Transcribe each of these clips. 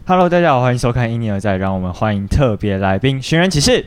Hello， 大家好，欢迎收看《因你而在》，让我们欢迎特别来宾寻人启事。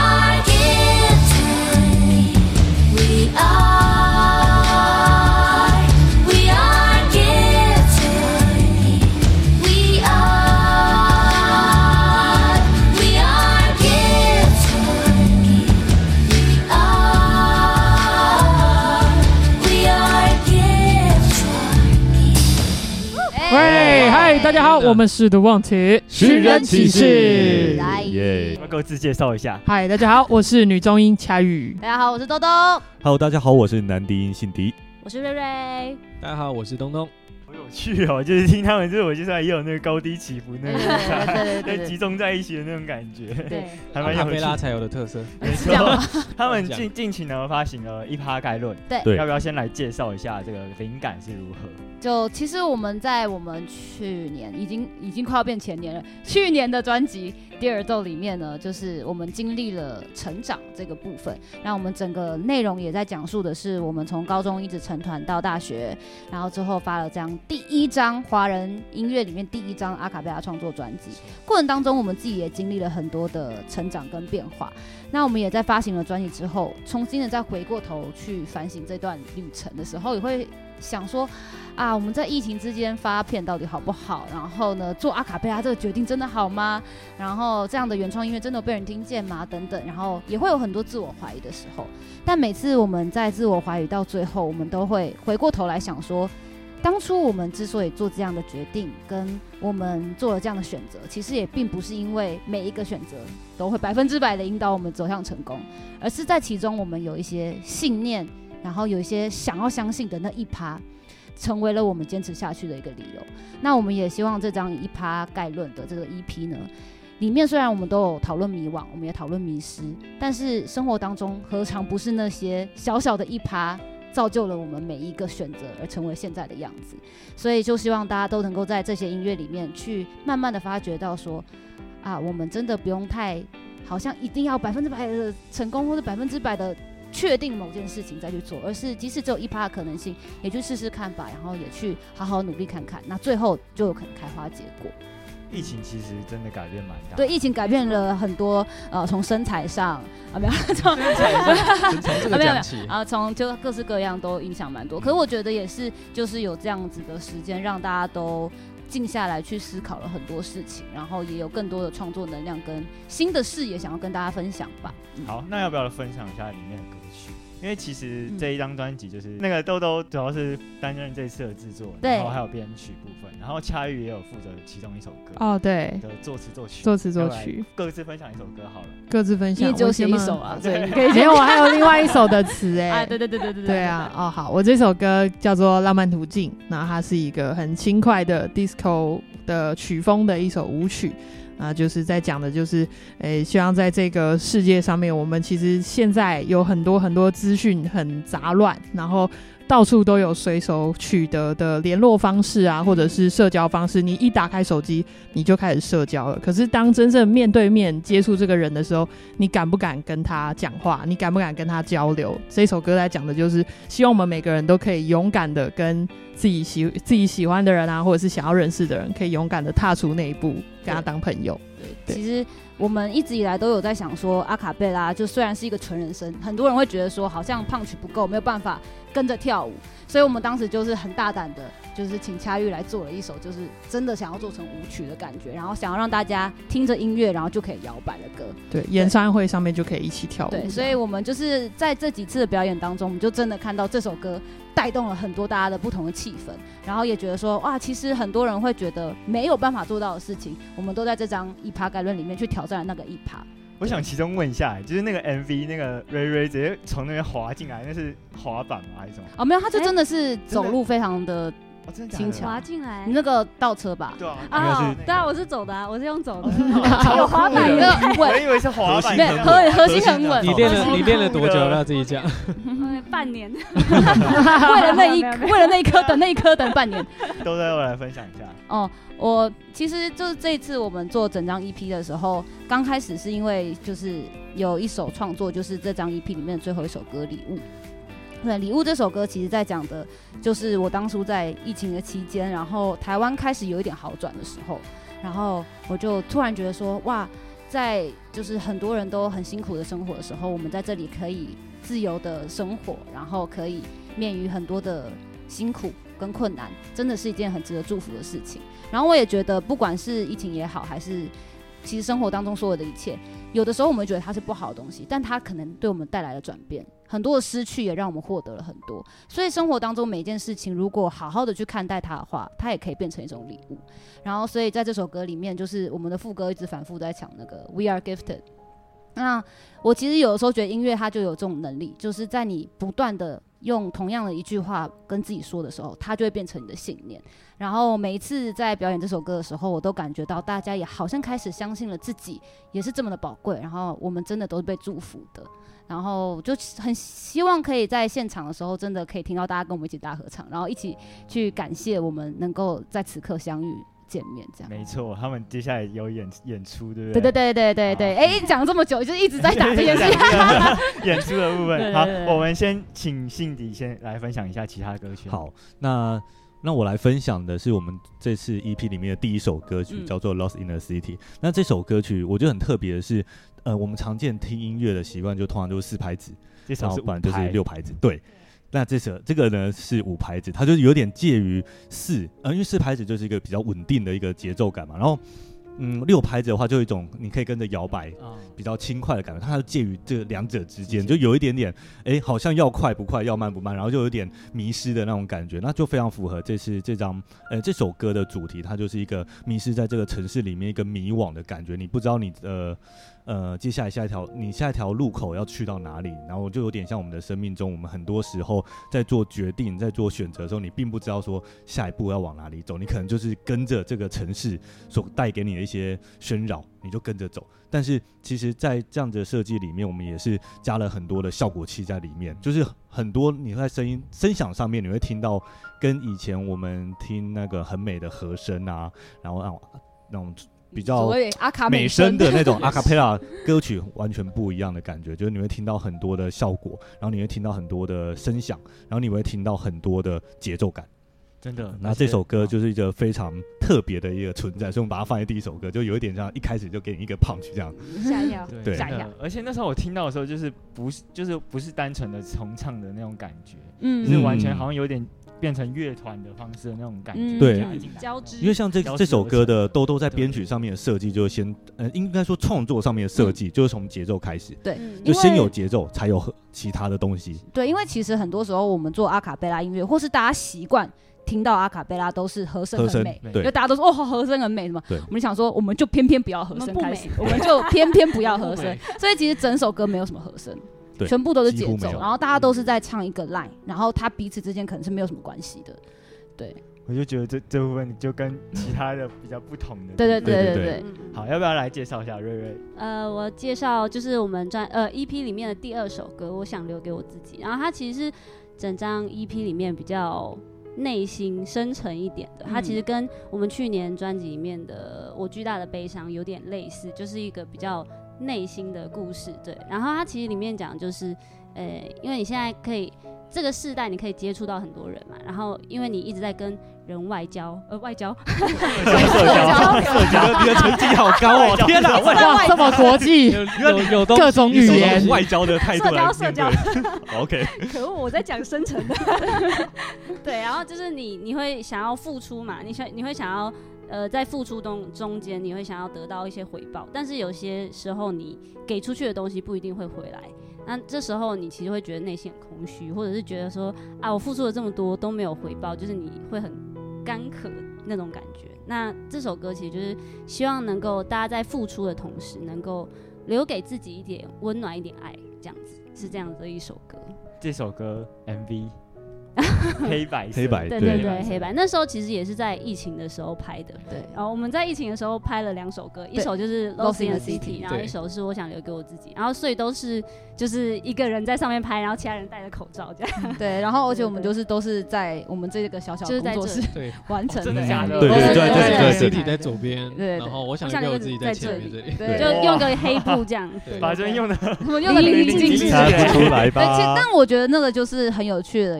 喂，嗨，大家好，我们是 The Want 寻人启事， 耶！ 各自介绍一下。 嗨，大家好，我是女中音恰雨。 大家好，我是豆豆。 Hello， 大家好，我是男低音信迪。 我是瑞瑞。 大家好，我是东东。 好有趣哦，就是听他们自我介绍也有那个高低起伏，那个对集中在一起的那种感觉， 对， 还蛮有卡贝拉才有的特色。 没错，他们近期呢发行了一趴概论， 对， 要不要先来介绍一下这个灵感是如何？ 就其实我们去年已经快要变前年了，去年的专辑《第二奏》里面呢，就是我们经历了成长这个部分，那我们整个内容也在讲述的是我们从高中一直成团到大学，然后之后发了这样第一张华人音乐里面第一张阿卡贝拉创作专辑，过程当中我们自己也经历了很多的成长跟变化。那我们也在发行了专辑之后，重新的再回过头去反省这段旅程的时候，也会想说啊，我们在疫情之间发片到底好不好？然后呢，做阿卡贝拉这个决定真的好吗？然后这样的原创音乐真的有被人听见吗？等等，然后也会有很多自我怀疑的时候。但每次我们在自我怀疑到最后，我们都会回过头来想说，当初我们之所以做这样的决定，跟我们做了这样的选择，其实也并不是因为每一个选择都会100%的引导我们走向成功，而是在其中我们有一些信念，然后有一些想要相信的那一趴，成为了我们坚持下去的一个理由。那我们也希望这张一趴概论的这个 EP 呢，里面虽然我们都有讨论迷惘，我们也讨论迷失，但是生活当中何尝不是那些小小的一趴造就了我们每一个选择而成为现在的样子。所以就希望大家都能够在这些音乐里面去慢慢的发掘到说啊，我们真的不用太好像一定要100%的成功，或者100%的确定某件事情再去做，而是即使只有1%的可能性，也去试试看吧，然后也去好好努力看看，那最后就有可能开花结果。 疫情其实真的改变蛮大， 对，疫情改变了很多，从身材上没有，从没有从就各式各样都影响蛮多。可是我觉得也是，就是有这样子的时间，让大家都静下来去思考了很多事情，然后也有更多的创作能量跟新的视野想要跟大家分享吧。 好，那要不要分享一下里面的歌曲？因为其实这一张专辑就是那个豆豆主要是担任这次的制作，然后还有编曲部分，然后恰玉也有负责其中一首歌哦，对的作词作曲，各自分享一首歌好了， 各自分享， 你就写一首啊，对， 没有，我还有另外一首的词哎， 对啊，哦好，我这首歌叫做《浪漫途径》，那它是一个很轻快的 disco 的曲风的一首舞曲。就是在讲的就是希望在这个世界上面，我们其实现在有很多很多资讯很杂乱，然后到处都有随手取得的联络方式啊，或者是社交方式，你一打开手机你就开始社交了。可是当真正面对面接触这个人的时候，你敢不敢跟他讲话？你敢不敢跟他交流？这首歌在讲的就是希望我们每个人都可以勇敢的跟自己喜欢的人啊，或者是想要认识的人，可以勇敢的踏出那一步，跟他当朋友。 对，其实我们一直以来都有在想说，阿卡贝拉就虽然是一个纯人声，很多人会觉得说好像punch不够，没有办法跟着跳舞，所以我们当时就是很大胆的，就是请恰玉来做了一首，就是真的想要做成舞曲的感觉，然后想要让大家听着音乐，然后就可以摇摆的歌。 对，演唱会上面就可以一起跳舞。 对，所以我们就是在这几次的表演当中，我们就真的看到这首歌带动了很多大家的不同的气氛，然后也觉得说哇，其实很多人会觉得没有办法做到的事情，我们都在这张一趴概论里面去挑战了那个一趴。 我想其中问一下，就是那个 MV 那个瑞瑞直接从那边滑进来，那是滑板吗还是什么？ 哦，没有，他就真的是走路非常的轻巧， 滑进来。 你那个倒车吧？ 对啊， 对啊，我是走的啊，我是用走的， 有滑板的， 我以为是滑板， 核心很稳。 你练了多久了？自己讲。 半年。 为了那一颗等半年。 都在我来分享一下。 哦，我其实就是这一次我们做整张 EP 的时候，刚开始是因为就是有一首创作，就是这张 EP 里面的最后一首歌《礼物》。对，《礼物》这首歌其实在讲的就是我当初在疫情的期间，然后台湾开始有一点好转的时候， 然后我就突然觉得说，哇，在就是很多人都很辛苦的生活的时候，我们在这里可以自由的生活，然后可以免于很多的辛苦跟困难，真的是一件很值得祝福的事情。然后我也觉得，不管是疫情也好，还是其实生活当中所有的一切，有的时候我们觉得它是不好的东西，但它可能对我们带来了转变，很多的失去也让我们获得了很多。所以生活当中每一件事情，如果好好的去看待它的话，它也可以变成一种礼物。然后所以在这首歌里面，就是我们的副歌一直反复在讲那个 We are gifted。那我其实有的时候觉得音乐它就有这种能力，就是在你不断的用同样的一句话跟自己说的时候，它就会变成你的信念。然后每一次在表演这首歌的时候，我都感觉到大家也好像开始相信了自己也是这么的宝贵，然后我们真的都是被祝福的。然后就很希望可以在现场的时候真的可以听到大家跟我们一起大合唱，然后一起去感谢我们能够在此刻相遇见面，这样。 没错，他们接下来有演出，对不对？对。哎，讲了这么久，就是一直在打这件事。 演出的部分。好，我们先请信迪先来分享一下其他歌曲。 好，那我来分享的是我们这次 EP 里面的第一首歌曲，叫做《Lost in the City》。那这首歌曲我觉得很特别的是，我们常见听音乐的习惯就通常都是4拍子， 这首是5拍， 就是6拍子，对。那这个呢是5拍子，它就是有点介于4，因为4拍子就是一个比较稳定的一个节奏感嘛，然后6拍子的话就有一种你可以跟着摇摆，比较轻快的感觉，它就介于这两者之间，就有一点点好像要快不快，要慢不慢，然后就有点迷失的那种感觉，那就非常符合这次这首歌的主题，它就是一个迷失在这个城市里面一个迷惘的感觉，你不知道你接下来下一条路口要去到哪里，然后就有点像我们的生命中，我们很多时候在做决定、在做选择的时候，你并不知道说下一步要往哪里走，你可能就是跟着这个城市所带给你的一些喧扰，你就跟着走。但是其实，在这样的设计里面，我们也是加了很多的效果器在里面，就是很多你在声响上面，你会听到跟以前我们听那个很美的和声啊，然后那种比较美声的那种阿卡贝拉歌曲完全不一样的感觉，就是你会听到很多的效果，然后你会听到很多的声响，然后你会听到很多的节奏感， 真的。 那这首歌就是一个非常特别的一个存在，所以我们把它放在第一首歌，就有一点像一开始就给你一个 punch 这样。 吓一跳， 对，吓一跳。而且那时候我听到的时候，就是不是单纯的重唱的那种感觉，就是完全好像有点变成乐团的方式的那种感觉， 对， 交织。 因为像这首歌的兜兜在编曲上面的设计，就先应该说创作上面的设计，就是从节奏开始， 对， 就先有节奏，才有其他的东西。 对，因为其实很多时候我们做阿卡贝拉音乐，或是大家习惯听到阿卡贝拉都是和声很美，因为大家都说哦和声很美什么，我们想说我们就偏偏不要和声开始，我们就偏偏不要和声，所以其实整首歌没有什么和声。全部都是节奏，然后大家都是在唱一个 line， 然后他彼此之间可能是没有什么关系的，对。 我就觉得这部分就跟其他的比较不同的。 对。 好，要不要来介绍一下瑞瑞？ 我介绍就是我们EP 里面的第2首歌，我想留给我自己。然后它其实是整张 EP 里面比较内心深沉一点的，它其实跟我们去年专辑里面的《我巨大的悲伤》有点类似，就是一个比较内心的故事，对。然后它其实里面讲就是，因为你现在可以这个世代你可以接触到很多人嘛，然后因为你一直在跟人外交， 社交，你的成绩好高哦！天哪， 哇，这么国际， 有各种语言， 外交的态度来社交。 OK， 可恶，我在讲深层的。对，然后就是你会想要付出嘛，你会想要。在付出中间，你会想要得到一些回报，但是有些时候你给出去的东西不一定会回来。那这时候你其实会觉得内心很空虚，或者是觉得说啊，我付出了这么多都没有回报，就是你会很干渴那种感觉。那这首歌其实就是希望能够大家在付出的同时，能够留给自己一点温暖、一点爱，这样子是这样的一首歌。 这首歌 MV。黑白对黑白。那时候其实也是在疫情的时候拍的，对。然后我们在疫情的时候拍了2首歌，一首就是《Lost in the City》，然后一首是我想留给我自己。然后所以都是就是一个人在上面拍，然后其他人戴着口罩这样。 对，然后而且我们都是在我们这个小小的工作室完成的， 对，实体在左边，对，然后我想留给我自己在前面这里， 对，就用个黑布这样， 把这边用的淋漓尽致， 猜不出来吧？ 但我觉得那个就是很有趣的一点。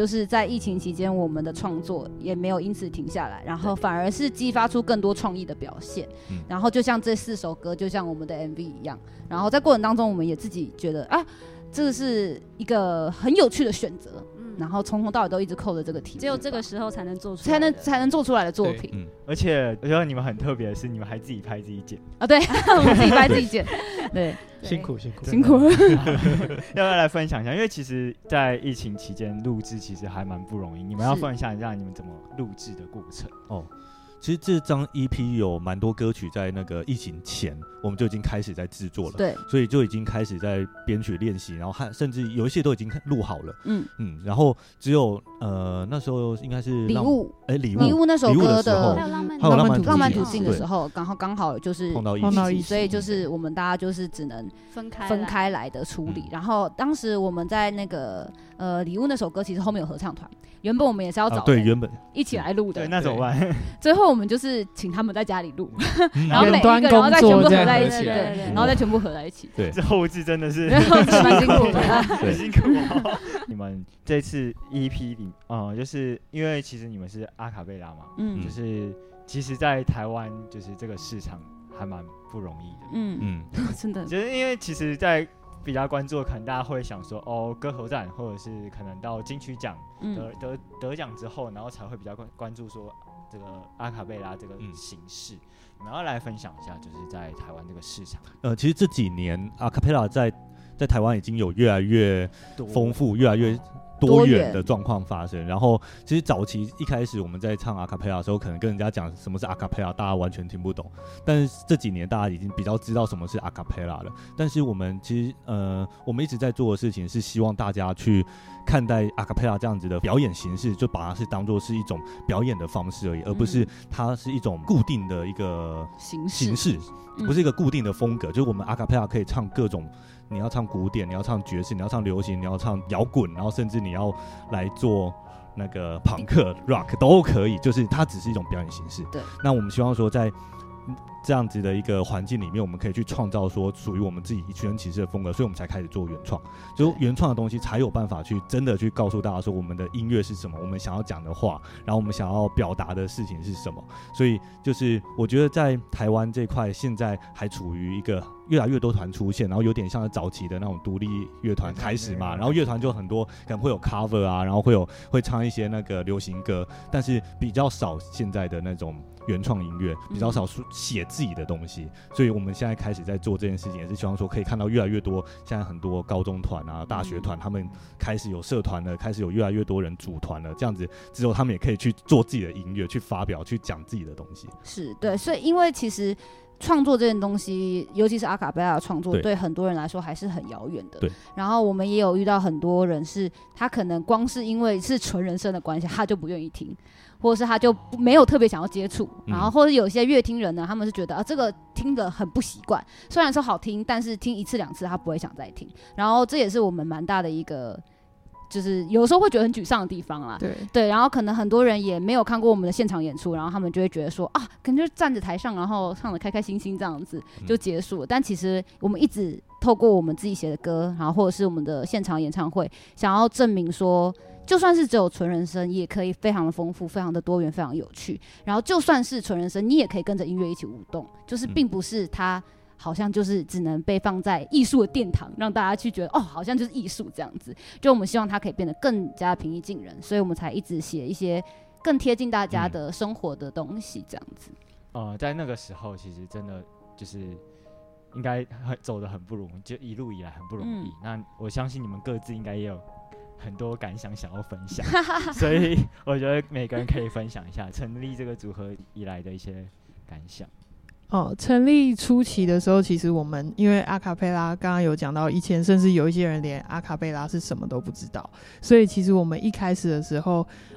就是在疫情期间，我们的创作也没有因此停下来，然后反而是激发出更多创意的表现。然后就像这4首歌，就像我们的 MV 一样，然后在过程当中，我们也自己觉得啊，这个是一个很有趣的选择。然后从头到尾都一直扣着这个题， 只有这个时候才能做出来才能做出来的作品。 而且我觉得你们很特别的是，你们还自己拍自己剪啊，对，我们自己拍自己剪，对， 辛苦。 要不要来分享一下？因为其实，在疫情期间录制其实还蛮不容易，你们要分享一下你们怎么录制的过程哦。其实这张 EP 有蛮多歌曲在那个疫情前我们就已经开始在制作了， 对， 所以就已经开始在编曲练习，然后甚至有一些都已经录好了，然后只有那时候应该是礼物那首歌的， 还有浪漫途径的时候，刚好就是碰到疫情，所以就是我们大家就是只能分开来的处理。然后当时我们在那个礼物那首歌，其实后面有合唱团，原本我们也是要找对原本一起来录的， 对，那怎么办？ 最后我们就是请他们在家里录，然后每一个然后再全部合在一起，对，然后再全部合在一起。 对， 这后置真的是后置蛮辛苦的， 很辛苦。你们这次 EP 里，就是因为其实你们是阿卡贝拉嘛，就是其实，在台湾就是这个市场还蛮不容易的， 真的， 就是因为其实，在比较关注，可能大家会想说，哦，歌喉战，或者是可能到金曲奖得奖之后，然后才会比较关注说这个阿卡贝拉这个形式。你们要来分享一下，就是在台湾这个市场。 其实这几年阿卡贝拉在台湾已经有越来越丰富、越来越多元的状况发生。然后其实早期一开始我们在唱阿卡贝拉的时候，可能跟人家讲什么是阿卡贝拉，大家完全听不懂。但是这几年大家已经比较知道什么是阿卡贝拉了。但是我们其实我们一直在做的事情是希望大家去看待阿卡贝拉这样子的表演形式，就把它是当作是一种表演的方式而已，而不是它是一种固定的一个形式，不是一个固定的风格。就是我们阿卡贝拉可以唱各种。你要唱古典，你要唱爵士，你要唱流行，你要唱摇滚，然后甚至你要来做那个朋克 rock 都可以，就是它只是一种表演形式。 对， 那我们希望说在这样子的一个环境里面，我们可以去创造说属于我们自己寻人启事的风格，所以我们才开始做原创。就原创的东西才有办法去真的去告诉大家说我们的音乐是什么，我们想要讲的话，然后我们想要表达的事情是什么。所以就是我觉得在台湾这块现在还处于一个越来越多团出现，然后有点像早期的那种独立乐团开始嘛，然后乐团就很多可能会有 cover 啊，然后会唱一些那个流行歌，但是比较少现在的那种原创音乐，比较少写自己的东西。所以我们现在开始在做这件事情，也是希望说可以看到越来越多现在很多高中团啊、大学团，他们开始有社团了，开始有越来越多人组团了，这样子之后他们也可以去做自己的音乐，去发表，去讲自己的东西。 是对，所以因为其实创作这件东西，尤其是阿卡贝拉的创作，对很多人来说还是很遥远的。 对。 然后我们也有遇到很多人是，他可能光是因为是纯人声的关系，他就不愿意听，或者是他就没有特别想要接触。然后或者有些乐听人呢，他们是觉得这个听得很不习惯，虽然说好听，但是听1次2次他不会想再听。然后这也是我们蛮大的一个。就是有时候会觉得很沮丧的地方啦，对，然后可能很多人也没有看过我们的现场演出，然后他们就会觉得说啊，可能就站着台上，然后唱得开开心心这样子就结束了。但其实我们一直透过我们自己写的歌，然后或者是我们的现场演唱会，想要证明说，就算是只有纯人声，也可以非常的丰富、非常的多元、非常有趣。然后就算是纯人声，你也可以跟着音乐一起舞动，就是并不是它。好像就是只能被放在艺术的殿堂，让大家去觉得好像就是艺术这样子。就我们希望它可以变得更加平易近人，所以我们才一直写一些更贴近大家的生活的东西这样子。 在那个时候，其实真的就是应该走得很不容易，就一路以来很不容易。那我相信你们各自应该也有很多感想想要分享，所以我觉得每个人可以分享一下成立这个组合以来的一些感想。 成立初期的时候，其实我们因为阿卡贝拉刚刚有讲到，以前甚至有一些人连阿卡贝拉是什么都不知道，所以其实我们一开始的时候，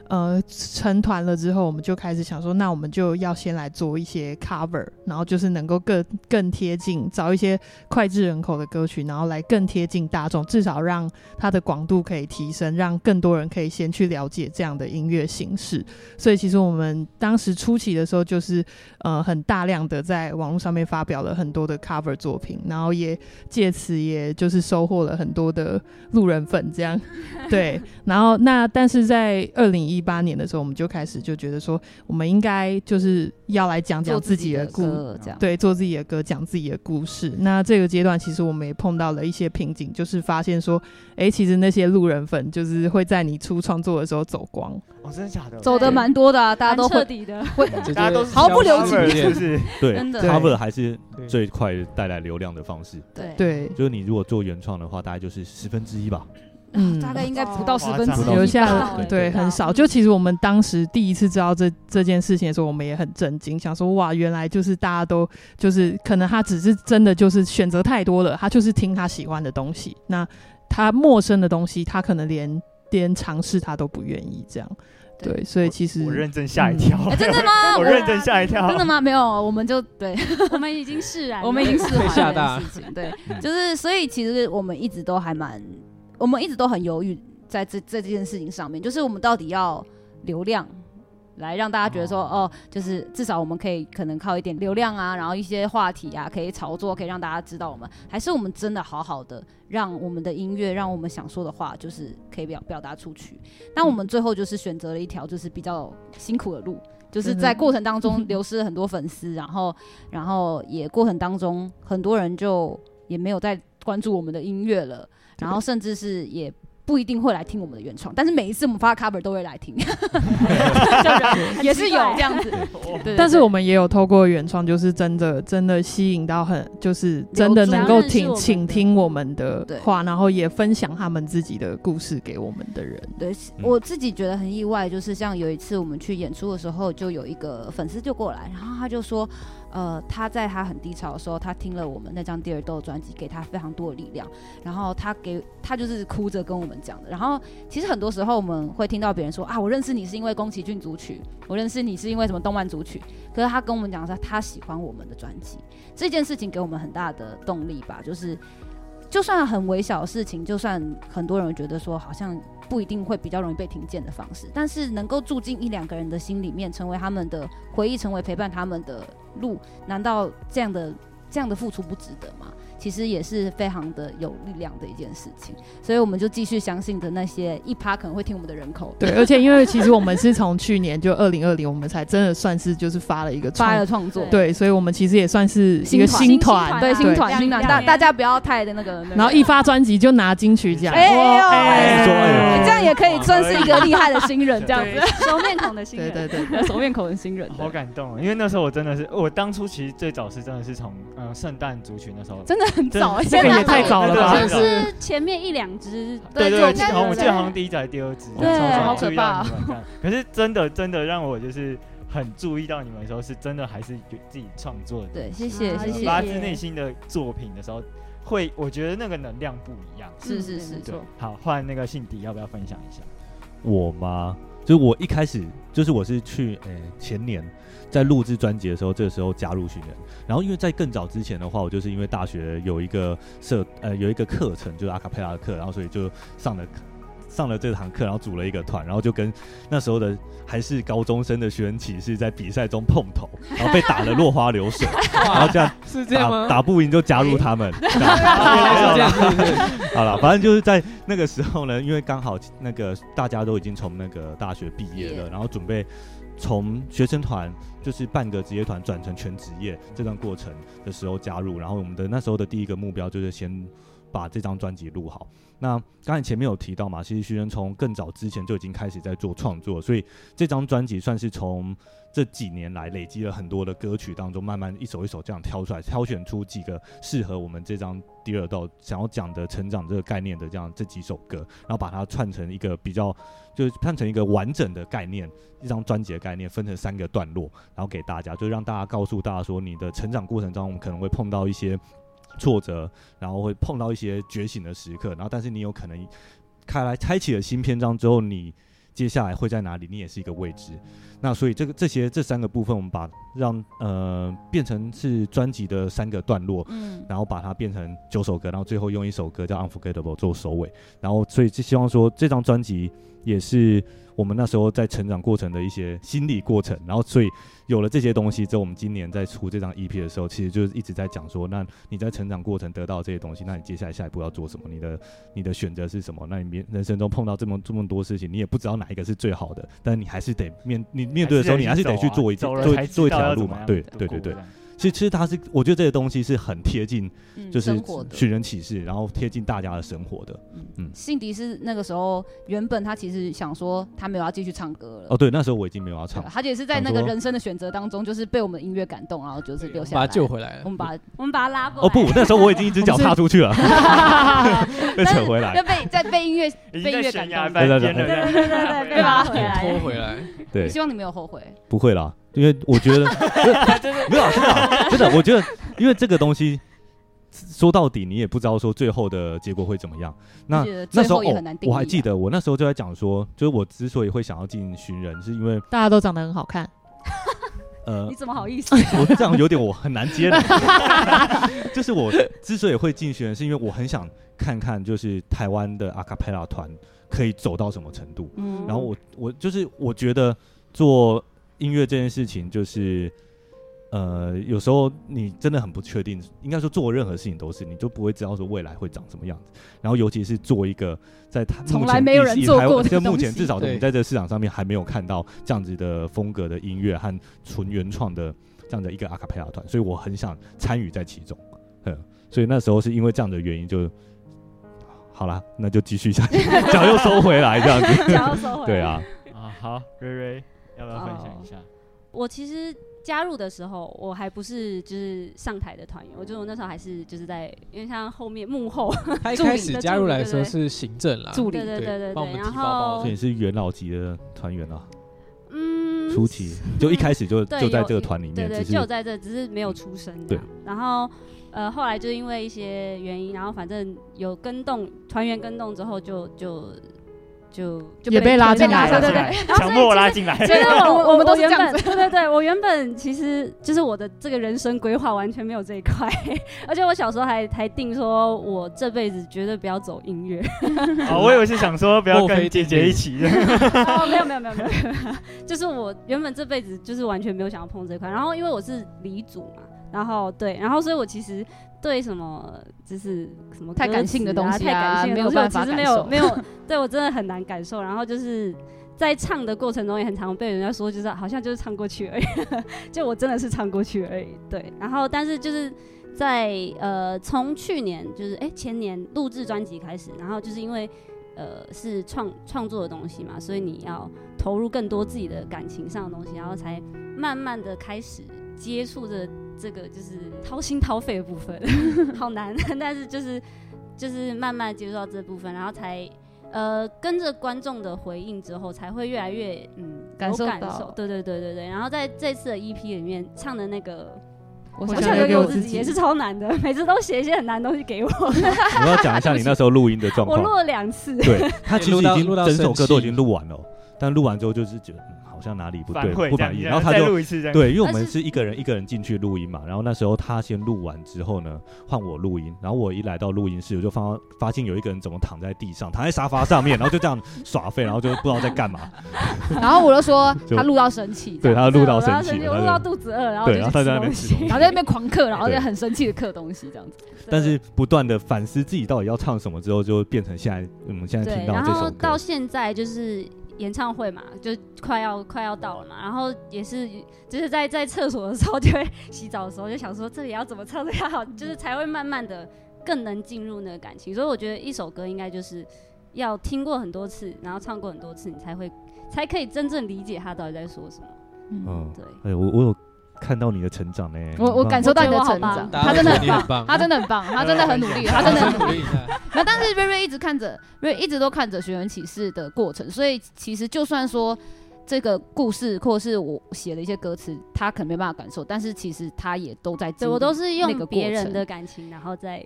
成团了之后，我们就开始想说，那我们就要先来做一些 cover， 然后就是能够更贴近，找一些脍炙人口的歌曲，然后来更贴近大众，至少让它的广度可以提升，让更多人可以先去了解这样的音乐形式。所以其实我们当时初期的时候，就是很大量的在网络上面发表了很多的 cover 作品，然后也借此也就是收获了很多的路人粉这样。对，然后但是在2018年的时候，我们就开始就觉得说，我们应该就是要来讲自己的歌，对，做自己的歌，讲自己的故事。那这个阶段其实我们也碰到了一些瓶颈，就是发现说，其实那些路人粉就是会在你出创作的时候走光。 哦，真的假的？ 走的蛮多的啊，大家都彻底的， 大家都毫不留情， 是不是？ 对 ，cover 还是最快带来流量的方式。 对， 就是你如果做原创的话，大概就是1/10吧。 大概应该不到1/10， 留下对很少。就其实我们当时第一次知道这件事情的时候，我们也很震惊，想说哇，原来就是大家都就是可能他只是真的就是选择太多了，他就是听他喜欢的东西，那他陌生的东西，他可能连尝试他都不愿意这样。对，所以其实我认真吓一跳。 真的吗？ 我认真吓一跳。 真的吗？没有，我们就对， 我们已经释然了， 我们已经释然了事情。对，就是所以其实我们一直都很犹豫在这件事情上面，就是我们到底要流量来让大家觉得说，就是至少我们可能靠一点流量啊，然后一些话题啊，可以炒作，可以让大家知道我们，还是我们真的好好的让我们的音乐，让我们想说的话，就是可以表达出去。那我们最后就是选择了一条就是比较辛苦的路，就是在过程当中流失了很多粉丝，然后也过程当中很多人就也没有再关注我们的音乐了，然后甚至是也不一定会来听我们的原创，但是每一次我们发 cover 都会来听，也是有这样子。对， 但是我们也有透过原创，就是真的吸引到就是真的能够倾听我们的话，然后也分享他们自己的故事给我们的人。 对，我自己觉得很意外，就是像有一次我们去演出的时候，就有一个粉丝就过来，然后他就说，他在他很低潮的时候，他听了我们那张第二豆专辑，给他非常多的力量，然后他就是哭着跟我们讲的。然后其实很多时候我们会听到别人说啊，我认识你是因为宫崎骏组曲，我认识你是因为什么动漫组曲，可是他跟我们讲说他喜欢我们的专辑，这件事情给我们很大的动力吧，就是就算很微小的事情，就算很多人觉得说好像不一定会比较容易被听见的方式，但是能够住进1-2个人的心里面，成为他们的回忆，成为陪伴他们的路，难道这样的付出不值得吗？其实也是非常的有力量的一件事情，所以我们就继续相信的那些1%可能会听我们的人口。 对，而且因为其实我们是从去年就2020，我们才真的算是就是发了创作，对，所以我们其这也算是一个新团， 对，新团，大家不要太的那个， 然后一发专辑就拿金曲奖， 这样也可以算是一个厉害的新人，这样子， 熟面孔的新人， 对，熟面孔的新人， 好感动，因为那时候我真的是，我当初其实最早是真的是从圣诞组曲那时候， 真的很早， 这个也太早了吧？ 是前面1-2支， 对，我记得好像第1支还是第2支， 对，好可怕。 可是真的让我就是很注意到你们的时候，是真的还是自己创作的， 对，谢谢， 发自内心的作品的时候，我觉得那个能量不一样， 是， 对。好，换那个信迪，要不要分享一下？ 我吗？就是我一开始就是我是去前年。在录制专辑的时候，这个时候加入训练。然后因为在更早之前的话，我就是因为大学有一个课程，就是阿卡贝拉的课，然后所以就上了这堂课，然后组了一个团，然后就跟那时候的还是高中生的学员骑士在比赛中碰头，然后被打得落花流水，然后这样是这样吗？ 打不赢就加入他们。好了，反正就是在那个时候呢，因为刚好那个大家都已经从那个大学毕业了，然后准备从学生团就是半个职业团转成全职业这段过程的时候加入，然后我们的那时候的第一个目标就是先把这张专辑录好。那刚才前面有提到嘛，其实徐仁从更早之前就已经开始在做创作，所以这张专辑算是从这几年来累积了很多的歌曲当中，慢慢一首一首这样挑出来，挑选出几个适合我们这张第二道想要讲的成长这个概念的这几首歌，然后把它串成一个就是串成一个完整的概念，一张专辑的概念，分成3个段落，然后给大家，就让大家告诉大家说，你的成长过程中，我们可能会碰到一些挫折，然后会碰到一些觉醒的时刻，然后但是你有可能开启了新篇章之后，你接下来会在哪里，你也是一个未知。那所以这3个部分，我们把变成是专辑的3个段落，然后把它变成9首歌，然后最后用一首歌叫 Unforgettable 做收尾。然后所以就希望说这张专辑也是我们那时候在成长过程的一些心理过程，然后所以有了这些东西之后，我们今年在出这张 EP 的时候，其实就是一直在讲说，那你在成长过程得到这些东西，那你接下来下一步要做什么？你的选择是什么？那你人生中碰到这么多事情，你也不知道哪一个是最好的，但你还是得面对的时候，你还是得去做一条路嘛。对。其实我觉得这些东西是很贴近，就是寻人启事，然后贴近大家的生活的。 信迪是那个时候原本他其实想说他没有要继续唱歌了。 哦，对，那时候我已经没有要唱。 他也是在那个人生的选择当中，就是被我们音乐感动，然后就是留下来， 把他救回来了。 我们把他拉过来。 哦不，那时候我已经一只脚踏出去了，被扯回来。 被音乐感动， 对，被拉回来， 拖回来。 对， 希望你没有后悔。 不会啦。因为我觉得没有真的，我觉得因为这个东西说到底你也不知道说最后的结果会怎么样。那时候我还记得我那时候就在讲说，就是我之所以会想要进寻人，是因为大家都长得很好看。 你怎么好意思？ 我这样有点我很难接的。就是我之所以会进寻人，是因为我很想看看就是台湾的阿卡贝拉团可以走到什么程度。然后我觉得做音乐这件事情就是有时候你真的很不确定，应该说做任何事情都是，你就不会知道说未来会长什么样子。然后尤其是做一个在从来没有人做过的东西， 目前至少我们在这个市场上面还没有看到这样子的风格的音乐和纯原创的这样的一个阿卡贝拉团，所以我很想参与在其中。所以那时候是因为这样的原因就好啦，那就继续下去，脚又收回来这样子。 脚又收回来。 对啊。 好，瑞瑞要不要分享一下？ 我其实加入的时候，我还不是就是上台的团员，我觉得我那时候还是就是在，因为像后面幕后， 他一开始加入来的时候是行政啦， 助理，对， 帮我们提包包。 所以你是元老级的团员啊。初期就一开始就在这个团里面， 对，就在这，只是没有出声。对，然后后来就因为一些原因，然后反正有团员跟动之后就也被拉进来了， 对， 强迫我拉进来。 其实我们都是这样子，对，我原本其实就是我的这个人生规划完全没有这一块，而且我小时候还定说我这辈子绝对不要走音乐。 我以为是想说不要跟姐姐一起。 没有，就是我原本这辈子就是完全没有想要碰这块，然后因为我是理组嘛，然后所以我其实对什么就是什么太感性的东西太感性的东西， 没有办法感受， 没有，对我真的很难感受。然后就是在唱的过程中也很常被人家说，就是好像就是唱过去而已，就我真的是唱过去而已。对，然后但是就是在从去年就是前年录制专辑开始，然后就是因为是创作的东西嘛，所以你要投入更多自己的感情上的东西，然后才慢慢的开始接触着这个就是掏心掏肺的部分，好难，但是就是慢慢接触到这部分，然后才跟着观众的回应之后，才会越来越感受到， 对，然后在这次的 EP 里面唱的那个。 我想留给我自己也是超难的，每次都写一些很难的东西给我。 我要讲一下你那时候录音的状况。 我录了2次。 对，他其实已经整首歌都已经录完了，但录完之后就是觉得好像哪里不对，不满意，然后他就对，因为我们是一个人进去录音嘛，然后那时候他先录完之后呢，换我录音，然后我一来到录音室，我就发现有一个人怎么躺在地上，躺在沙发上面，然后就这样耍废，然后就不知道在干嘛。 然后我就说他录到生气， 对他录到生气， 我录到肚子饿，然后他在那边吃东西， 然后在那边狂嗑，然后就很生气的嗑东西这样子。 但是不断的反思自己到底要唱什么之后，就变成我们现在听到这首歌。 然后到现在就是演唱会嘛，就快要到了嘛，然后也是就是在厕所的时候，就会洗澡的时候就想说这里要怎么唱才好，就是才会慢慢的更能进入那个感情。所以我觉得一首歌应该就是要听过很多次，然后唱过很多次，你才可以真正理解他到底在说什么。对。 我有看到你的成长呢， 我感受到你的成长，他真的很棒，他真的很棒，他真的很努力，他真的很努力。那但是瑞瑞一直都看着寻人启事的过程，所以其实就算说这个故事或是我写的一些歌词，他可能没办法感受，但是其实他也都在经历那个过程。 对，我都是用别人的感情，然后再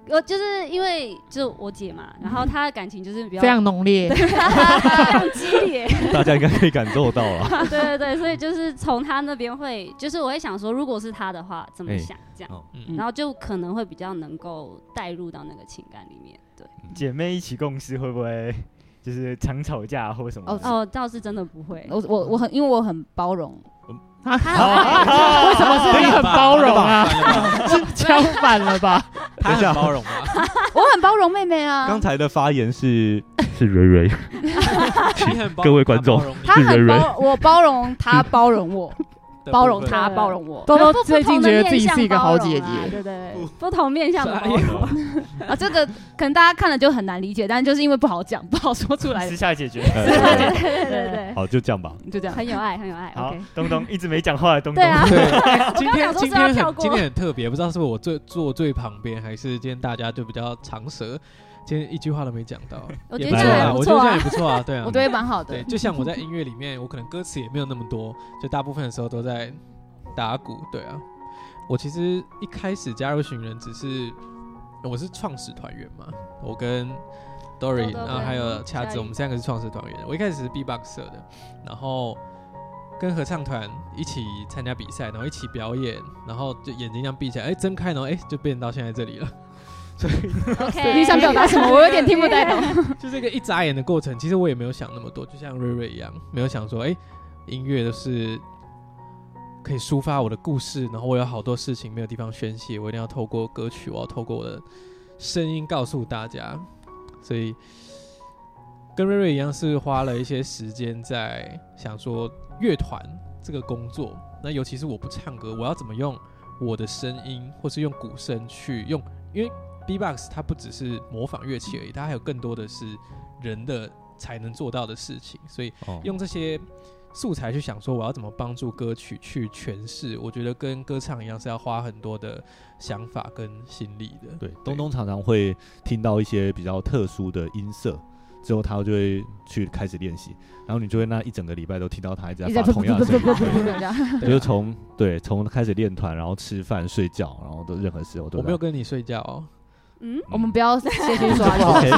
我就是因为就是我姐嘛，然后她的感情就是比较非常浓烈， 非常激烈， 大家应该可以感受到了。 对对对，所以就是从她那边会，就是我会想说，如果是她的话怎么想这样，然后就可能会比较能够带入到那个情感里面。对， 姐妹一起共事会不会就是常吵架或什么？ 哦，倒是真的不会。 我很因为我很包容。 为什么是你很包容啊？是相反了吧？ 他很包容啊， 我很包容妹妹啊。 刚才的发言是瑞瑞，各位观众， 他很包，我包容他，包容我。包容他，包容我， 都最近觉得自己是一个好姐姐， 对对，不同面向的包容啊，这个可能大家看了就很难理解，但就是因为不好讲，不好说出来， 私下解决。 对对对， 好，就这样吧， 就这样， 很有爱，很有爱。 好，东东一直没讲话的东东， 对啊， 今天很特别，不知道是不是我坐最旁边，还是今天大家就比较长舌。今天一句话都没讲到， 我觉得这样我觉得这样也不错啊，对啊， 我觉得蛮好的。 对，就像我在音乐里面，我可能歌词也没有那么多，就大部分的时候都在打鼓，对啊。我其实一开始加入寻人，我是创始团员嘛，我跟 Dory， 然后还有掐子，我们3个是创始团员。我一开始是 B-box 社的，然后跟合唱团一起参加比赛，然后一起表演，然后就眼睛这样闭起来，睁开，然后就变到现在这里了。所以 ，OK， 你想表达什么？我有点听不太懂。 就是一个一眨眼的过程，其实我也没有想那么多，就像瑞瑞一样，没有想说，音乐都是可以抒发我的故事，然后我有好多事情没有地方宣泄，我一定要透过歌曲，我要透过我的声音告诉大家。所以跟瑞瑞一样，是花了一些时间在想说乐团这个工作，那尤其是我不唱歌，我要怎么用我的声音，或是用鼓声去用，因为B-box 它不只是模仿乐器而已，它还有更多的是人的才能做到的事情，所以用这些素材去想说我要怎么帮助歌曲去诠释，我觉得跟歌唱一样是要花很多的想法跟心力的。 对，东东常常会听到一些比较特殊的音色，之后他就会去开始练习，然后你就会那一整个礼拜都听到他一直在发同样的声音，就是从开始练团，然后吃饭睡觉，然后都任何时候都。 我没有跟你睡觉哦。 我们不要谢谢说。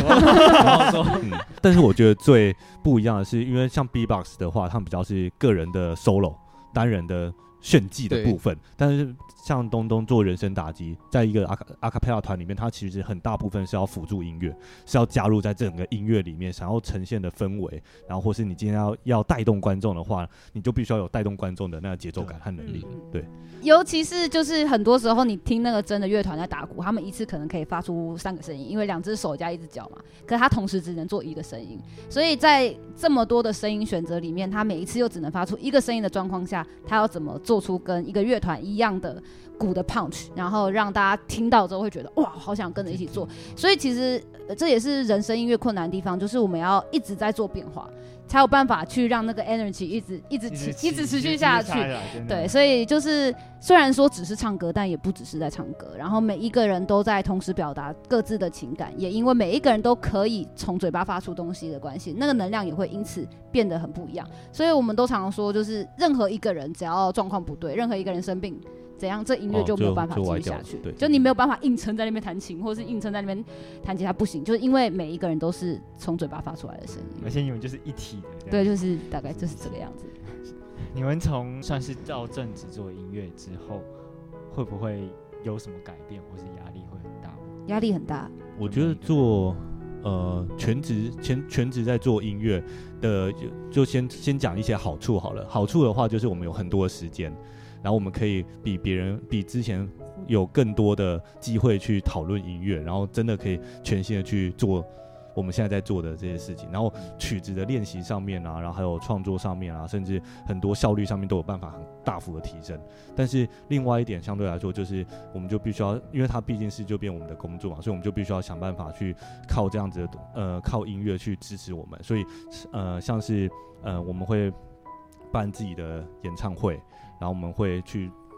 但是我觉得最不一样的是，因为像 B-box 的话，他们比较是个人的 solo 单人的炫技的部分，但是像东东做人声打击，在一个阿卡贝拉团里面，它其实很大部分是要辅助音乐，是要加入在整个音乐里面想要呈现的氛围，然后或是你今天要带动观众的话，你就必须要有带动观众的那个节奏感和能力。对， 尤其是就是很多时候你听那个真的乐团在打鼓，他们一次可能可以发出3个声音，因为2只手加1只脚嘛，可是他同时只能做1个声音，所以在这么多的声音选择里面，他每一次又只能发出1个声音的状况下，他要怎么做出跟一个乐团一样的鼓的 punch， 然后让大家听到之后会觉得哇，好想跟着一起做。所以其实这也是人声音乐困难的地方，就是我们要一直在做变化，才有办法去让那个 energy 一直持续下去。对，所以就是虽然说只是唱歌，但也不只是在唱歌。然后每一个人都在同时表达各自的情感，也因为每一个人都可以从嘴巴发出东西的关系，那个能量也会因此变得很不一样。所以我们都常常说，就是任何一个人只要状况不对，任何一个人生病。怎样，这音乐就没有办法继续下去。就你没有办法硬撑在那边弹琴，或是硬撑在那边弹吉他，不行，就是因为每一个人都是从嘴巴发出来的声音， 而且你们就是一体的。 对，就是大概就是这个样子。 你们从算是到正职做音乐之后，会不会有什么改变，或是压力会很大吗？ 压力很大。 我觉得做全职在做音乐的，就先讲一些好处好了。好处的话，就是我们有很多的时间。然后我们可以比之前有更多的机会去讨论音乐，然后真的可以全心的去做我们现在在做的这些事情。然后曲子的练习上面啊，然后还有创作上面啊，甚至很多效率上面都有办法很大幅的提升。但是另外一点相对来说，就是我们就必须要，因为它毕竟是就变我们的工作嘛，所以我们就必须要想办法去靠这样子的靠音乐去支持我们。所以像是我们会办自己的演唱会。然后我们会去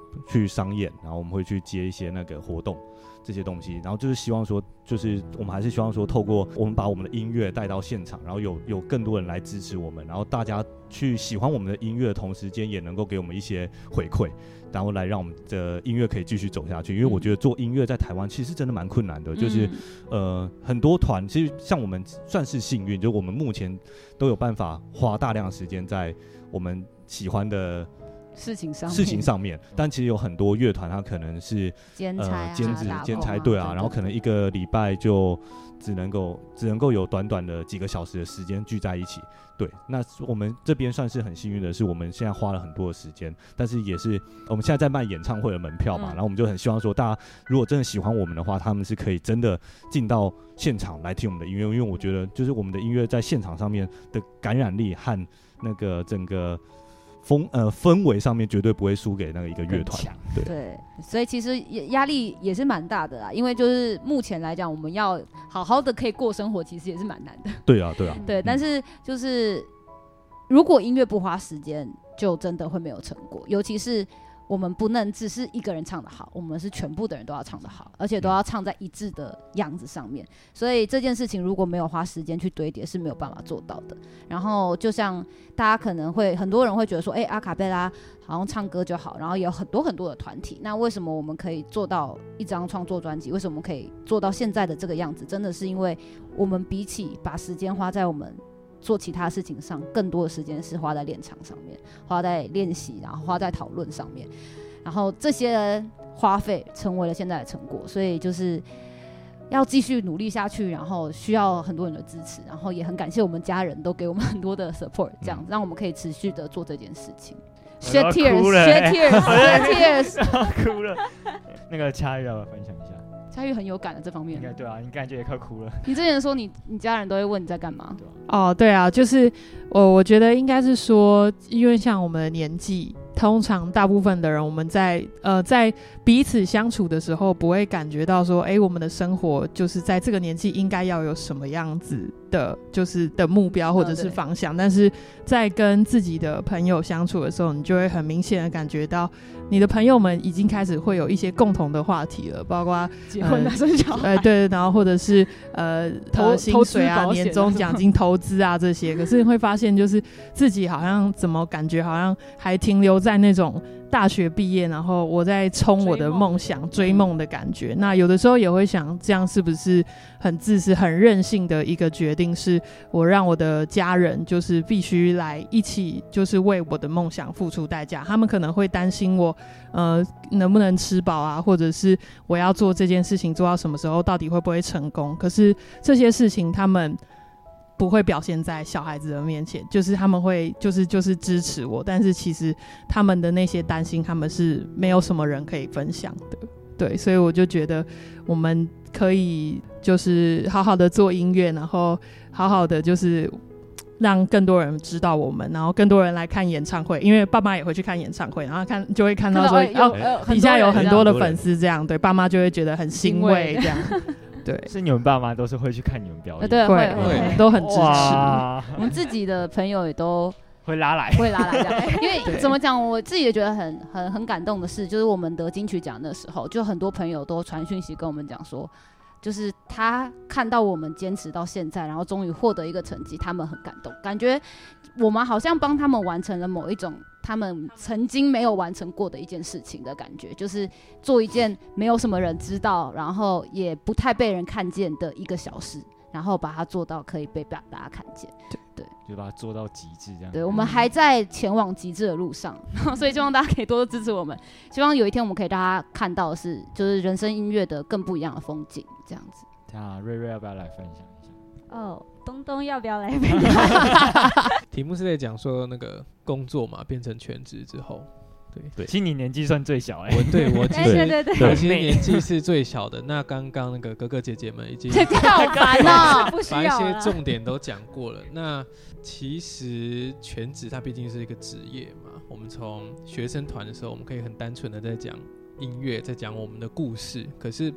去商演，然后我们会去接一些那个活动。这些东西，然后就是希望说，就是我们还是希望说，透过我们把我们的音乐带到现场，然后有更多人来支持我们，然后大家去喜欢我们的音乐的同时间，也能够给我们一些回馈，然后来让我们的音乐可以继续走下去。因为我觉得做音乐在台湾其实真的蛮困难的，就是很多团其实像我们算是幸运，就我们目前都有办法花大量的时间在我们喜欢的事情上面，但其实有很多乐团，它可能是兼差、 兼差，对啊，然后可能一个礼拜就只能够有短短的几个小时的时间聚在一起。对，那我们这边算是很幸运的是，我们现在花了很多的时间，但是也是我们现在在卖演唱会的门票嘛，然后我们就很希望说，大家如果真的喜欢我们的话，他们是可以真的进到现场来听我们的音乐，因为我觉得就是我们的音乐在现场上面的感染力和那个整个氛围上面绝对不会输给那个一个乐团， 对，所以其实压力也是蛮大的啦，因为就是目前来讲，我们要好好的可以过生活，其实也是蛮难的。 对啊， 对，但是就是如果音乐不花时间，就真的会没有成果，尤其是我们不能只是一个人唱得好，我们是全部的人都要唱得好，而且都要唱在一致的样子上面。所以这件事情如果没有花时间去堆叠，是没有办法做到的。然后就像大家可能会很多人会觉得说，阿卡贝拉好像唱歌就好，然后也有很多很多的团体，那为什么我们可以做到一张创作专辑？为什么我们可以做到现在的这个样子？真的是因为我们比起把时间花在我们做其他事情上，更多的时间是花在练唱上面，花在练习，然后花在讨论上面，然后这些花费成为了现在的成果，所以就是要继续努力下去，然后需要很多人的支持，然后也很感谢我们家人都给我们很多的 support， 这样让我们可以持续的做这件事情。Shed tears， shed tears， shed tears， 哭了。那个佳玉要不要分享一下？ 佳玉很有感的这方面， 应该对啊，你感觉也快哭了。 你之前说你家人都会问你在干嘛？ 哦，对啊，就是我觉得应该是说，因为像我们的年纪，通常大部分的人，我们在彼此相处的时候，不会感觉到说，我们的生活就是在这个年纪应该要有什么样子的，就是的目标或者是方向。但是在跟自己的朋友相处的时候，你就会很明显的感觉到，你的朋友们已经开始会有一些共同的话题了，包括结婚啊、生小孩， 对，然后或者是薪水啊、年终奖金、投资啊这些。可是你会发现，就是自己好像怎么感觉好像还停留在那种大学毕业，然后我在冲我的梦想、追梦的感觉。那有的时候也会想，这样是不是很自私、很任性的一个决定？是我让我的家人就是必须来一起，就是为我的梦想付出代价。他们可能会担心我，能不能吃饱啊，或者是我要做这件事情做到什么时候，到底会不会成功？可是这些事情他们不会表现在小孩子的面前，就是他们会就是支持我，但是其实他们的那些担心，他们是没有什么人可以分享的。对，所以我就觉得我们可以就是好好的做音乐，然后好好的就是让更多人知道我们，然后更多人来看演唱会，因为爸妈也会去看演唱会，然后就会看到说底下有很多的粉丝这样，对，爸妈就会觉得很欣慰这样。对， 是你们爸妈都是会去看你们表演， 对，会都很支持。 我们自己的朋友也都会拉来这样，因为怎么讲，我自己也觉得很感动的事，就是我们得金曲奖的时候，就很多朋友都传讯息跟我们讲说，就是他看到我们坚持到现在，然后终于获得一个成绩，他们很感动，感觉我们好像帮他们完成了某一种他们曾经没有完成过的一件事情的感觉，就是做一件没有什么人知道，然后也不太被人看见的一个小事，然后把它做到可以被大家看见。对， 就把它做到极致这样。 对，我们还在前往极致的路上，所以希望大家可以多多支持我们。希望有一天我们可以让大家看到的是，就是人生音乐的更不一样的风景，这样子。 瑞瑞要不要来分享一下？ 东东要不要来分享？ 题目是在讲说那个工作嘛，变成全职之后。 对，其实你年纪算最小我其实年纪是最小的。那刚刚那个哥哥姐姐们已经好烦哦， 把一些重点都讲过了。那其实全职它毕竟是一个职业嘛，我们从学生团的时候，我们可以很单纯的在讲音乐，在讲我们的故事。可是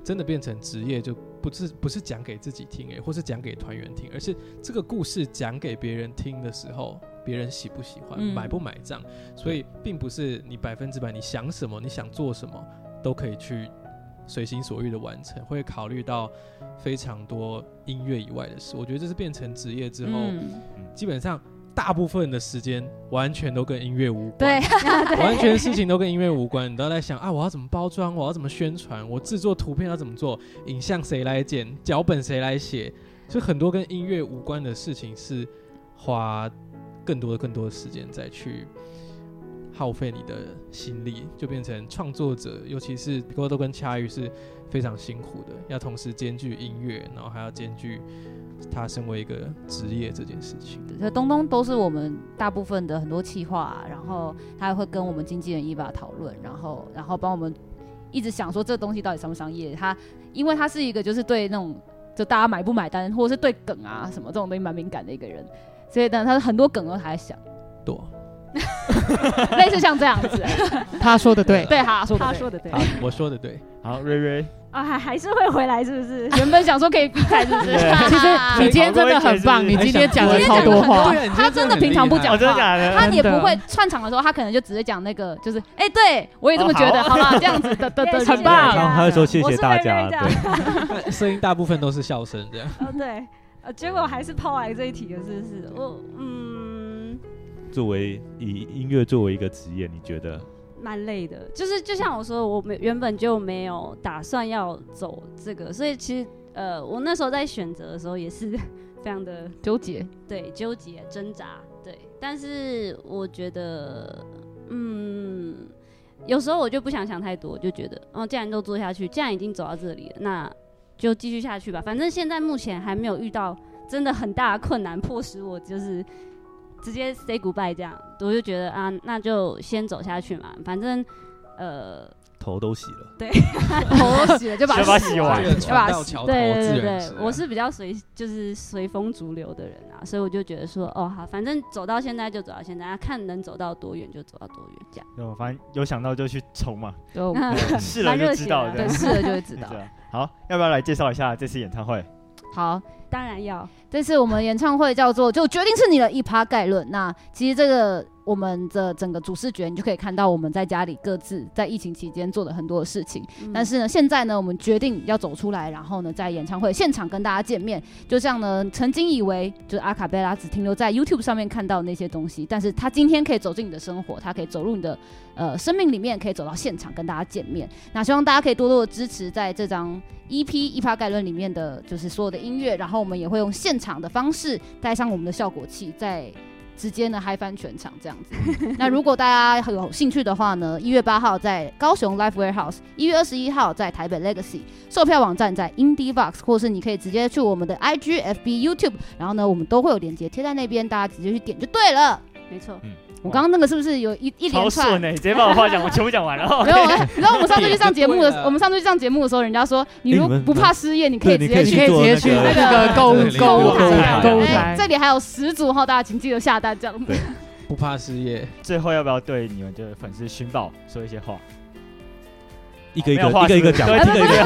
真的变成职业，就不是讲给自己听或是讲给团员听，而是这个故事讲给别人听的时候，别人喜不喜欢，买不买账，所以并不是你100%你想什么，你想做什么都可以去随心所欲的完成，会考虑到非常多音乐以外的事。我觉得这是变成职业之后，基本上大部分的时间完全都跟音乐无关， 对， 完全事情都跟音乐无关。你都在想啊，我要怎么包装，我要怎么宣传，我制作图片要怎么做，影像谁来剪，脚本谁来写，就很多跟音乐无关的事情是花更多的时间再去耗费你的心力，就变成创作者，尤其是比较都跟恰玉是非常辛苦的，要同时兼具音乐，然后还要兼具他身为一个职业这件事情。 对，东东都是我们大部分的很多企划，然后他会跟我们经纪人EVA讨论，然后帮我们一直想说这东西到底商不商业。因为他是一个就是对那种就大家买不买单，或者是对梗啊什么这种东西蛮敏感的一个人，所以呢，他很多梗都还在想。 对。 类似像这样子， 他说的对， 对，他说的对， 我说的对。 好，瑞瑞啊，还是会回来，是不是？ 原本想说可以避开，是不是？ 其实你今天真的很棒，你今天讲了超多话。 他真的平常不讲话， 真的假的？ 他也不会串场的时候，他可能就只是讲那个，就是对我也这么觉得，好吧，这样子的， 很棒。 然后他会说谢谢大家， 对，声音大部分都是笑声这样。 对，结果还是抛来这一题了，是不是？ 作为以音乐作为一个职业，你觉得？ 蛮累的，就像我说，我原本就没有打算要走这个，所以其实我那时候在选择的时候也是非常的纠结， 对，纠结挣扎，对。但是我觉得，有时候我就不想太多，就觉得，既然都做下去，既然已经走到这里了，那就继续下去吧。反正现在目前还没有遇到真的很大的困难，迫使我就是直接 say goodbye 这样，我就觉得啊，那就先走下去嘛，反正头都洗了， 对， 头都洗了就把它洗完， 就把它洗完。 对，我是比较随风逐流的人啊，所以我就觉得说，好，反正走到现在就走到现在，看能走到多远就走到多远这样。 反正有想到就去冲嘛，试了就知道， 对，试了就会知道。 好，要不要来介绍一下这次演唱会？ 好， 当然要。 这次我们演唱会叫做就决定是你的一趴概论。那其实这个我们的整个主视觉，你就可以看到我们在家里各自在疫情期间做了很多的事情。但是呢，现在呢，我们决定要走出来，然后呢，在演唱会现场跟大家见面。就像呢，曾经以为就是阿卡贝拉只停留在 YouTube 上面看到那些东西，但是他今天可以走进你的生活，他可以走入你的生命里面，可以走到现场跟大家见面。那希望大家可以多多的支持，在这张EP 一趴概论里面的就是所有的音乐，然后我们也会用现场的方式带上我们的效果器，在直接呢嗨翻全场这样子。那如果大家有兴趣的话呢，1月8号在高雄 Live Warehouse，1月21号在台北 Legacy， 售票网站在 IndieVox， 或是你可以直接去我们的 IG、FB、YouTube， 然后呢我们都会有链接贴在那边，大家直接去点就对了。 没错。 我刚刚那个是不是有一连串？ 超顺欸，你直接把我话讲，我全部讲完了。 没有，你知道我们上次去上节目的时候，人家说你如果不怕失业，你可以直接去那个购物台。 这里还有10组大家请记得下单这样子。 不怕失业。 最后要不要对你们的粉丝寻宝说一些话？ 一个一个讲，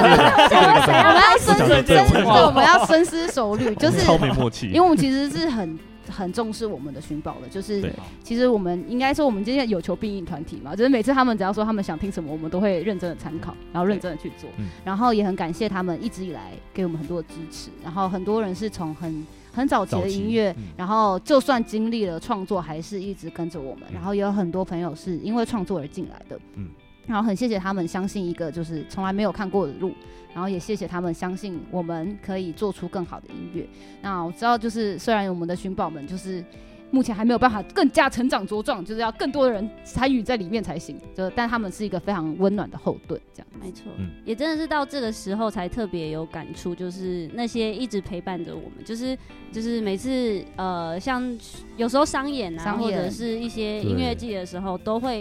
我们要深思熟虑，就是超没默契， 因为我们其实是很重视我们的寻宝的，就是其实我们应该说我们今天有求必应团体嘛，就是每次他们只要说他们想听什么，我们都会认真的参考，然后认真的去做，然后也很感谢他们一直以来给我们很多的支持，然后很多人是从很早期的音乐，然后就算经历了创作，还是一直跟着我们，然后也有很多朋友是因为创作而进来的，然后很谢谢他们相信一个就是从来没有看过的路，然后也谢谢他们相信我们可以做出更好的音乐。那我知道就是虽然我们的寻宝们就是目前还没有办法更加成长茁壮，就是要更多的人参与在里面才行，但他们是一个非常温暖的后盾这样。 没错，也真的是到这个时候才特别有感触，就是那些一直陪伴着我们，就是每次像有时候商演啊，或者是一些音乐季的时候，都会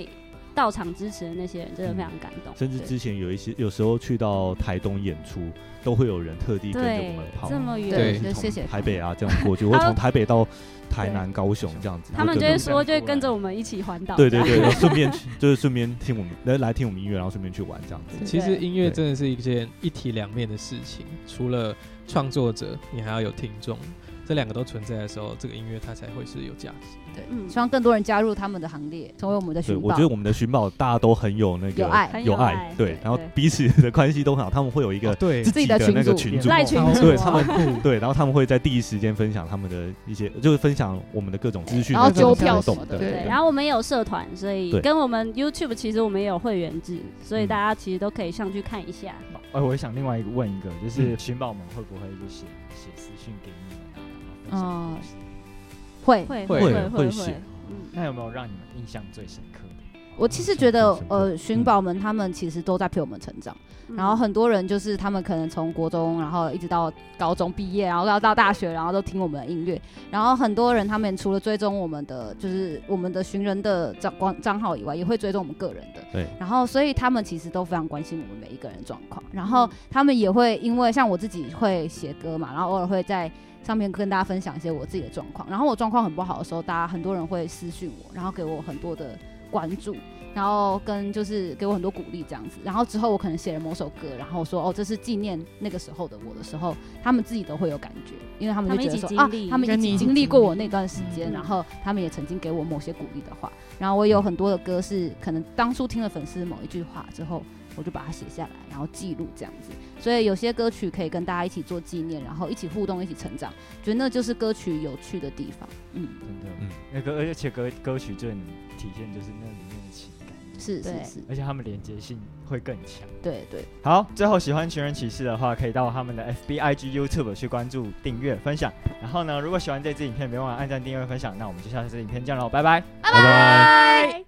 到场支持的那些人，真的非常感动。 甚至之前有时候去到台东演出，都会有人特地跟着我们跑， 这么远， 对， 就谢谢台北啊这样过去，或从台北到台南、高雄这样子， 他们就会说，就会跟着我们一起环岛。 对对对，然后顺便听我们来听我们音乐，然后顺便去玩这样子。 其实音乐真的是一件一体两面的事情，除了创作者，你还要有听众，这两个都存在的时候，这个音乐它才会是有价值。 对，希望更多人加入他们的行列，成为我们的寻宝。 对，我觉得我们的寻宝大家都很有那个有爱，对，然后彼此的关系都很好，他们会有一个自己的那个群组，对他们对，然后他们会在第一时间分享他们的一些，就是分享我们的各种资讯， 然后揪票什么的， 对。然后我们也有社团，所以跟我们 YouTube 其实我们也有会员制，所以大家其实都可以上去看一下。 我想另外问一个，就是寻宝们会不会就写私讯给你们啊？ 会写。 那有没有让你们印象最深刻的？ 我其实觉得，寻宝们他们其实都在陪我们成长。然后很多人就是他们可能从国中，然后一直到高中毕业，然后到大学，然后都听我们的音乐。然后很多人他们除了追踪我们的，就是我们的寻人的账号以外，也会追踪我们个人的。 对。 然后所以他们其实都非常关心我们每一个人的状况。然后他们也会因为像我自己会写歌嘛，然后偶尔会在上面跟大家分享一些我自己的状况。然后我状况很不好的时候，很多人会私讯我，然后给我很多的关注。然后就是给我很多鼓励这样子，然后之后我可能写了某首歌，然后说这是纪念那个时候的我的时候，他们自己都会有感觉，因为他们就觉得说他们一起经历过我那段时间，然后他们也曾经给我某些鼓励的话，然后我有很多的歌是可能当初听了粉丝某一句话之后，我就把它写下来，然后记录这样子，所以有些歌曲可以跟大家一起做纪念，然后一起互动，一起成长，觉得那就是歌曲有趣的地方。 真的，那个而且歌曲最能体现就是那里面的情感。 是， 而且他们连接性会更强。 对。 好，最后喜欢寻人启事的话，可以到他们的 FB、IG、YouTube 去关注、订阅、分享。然后呢，如果喜欢这支影片，别忘了按赞、订阅、分享。那我们就下次影片见喽，拜拜， 拜拜。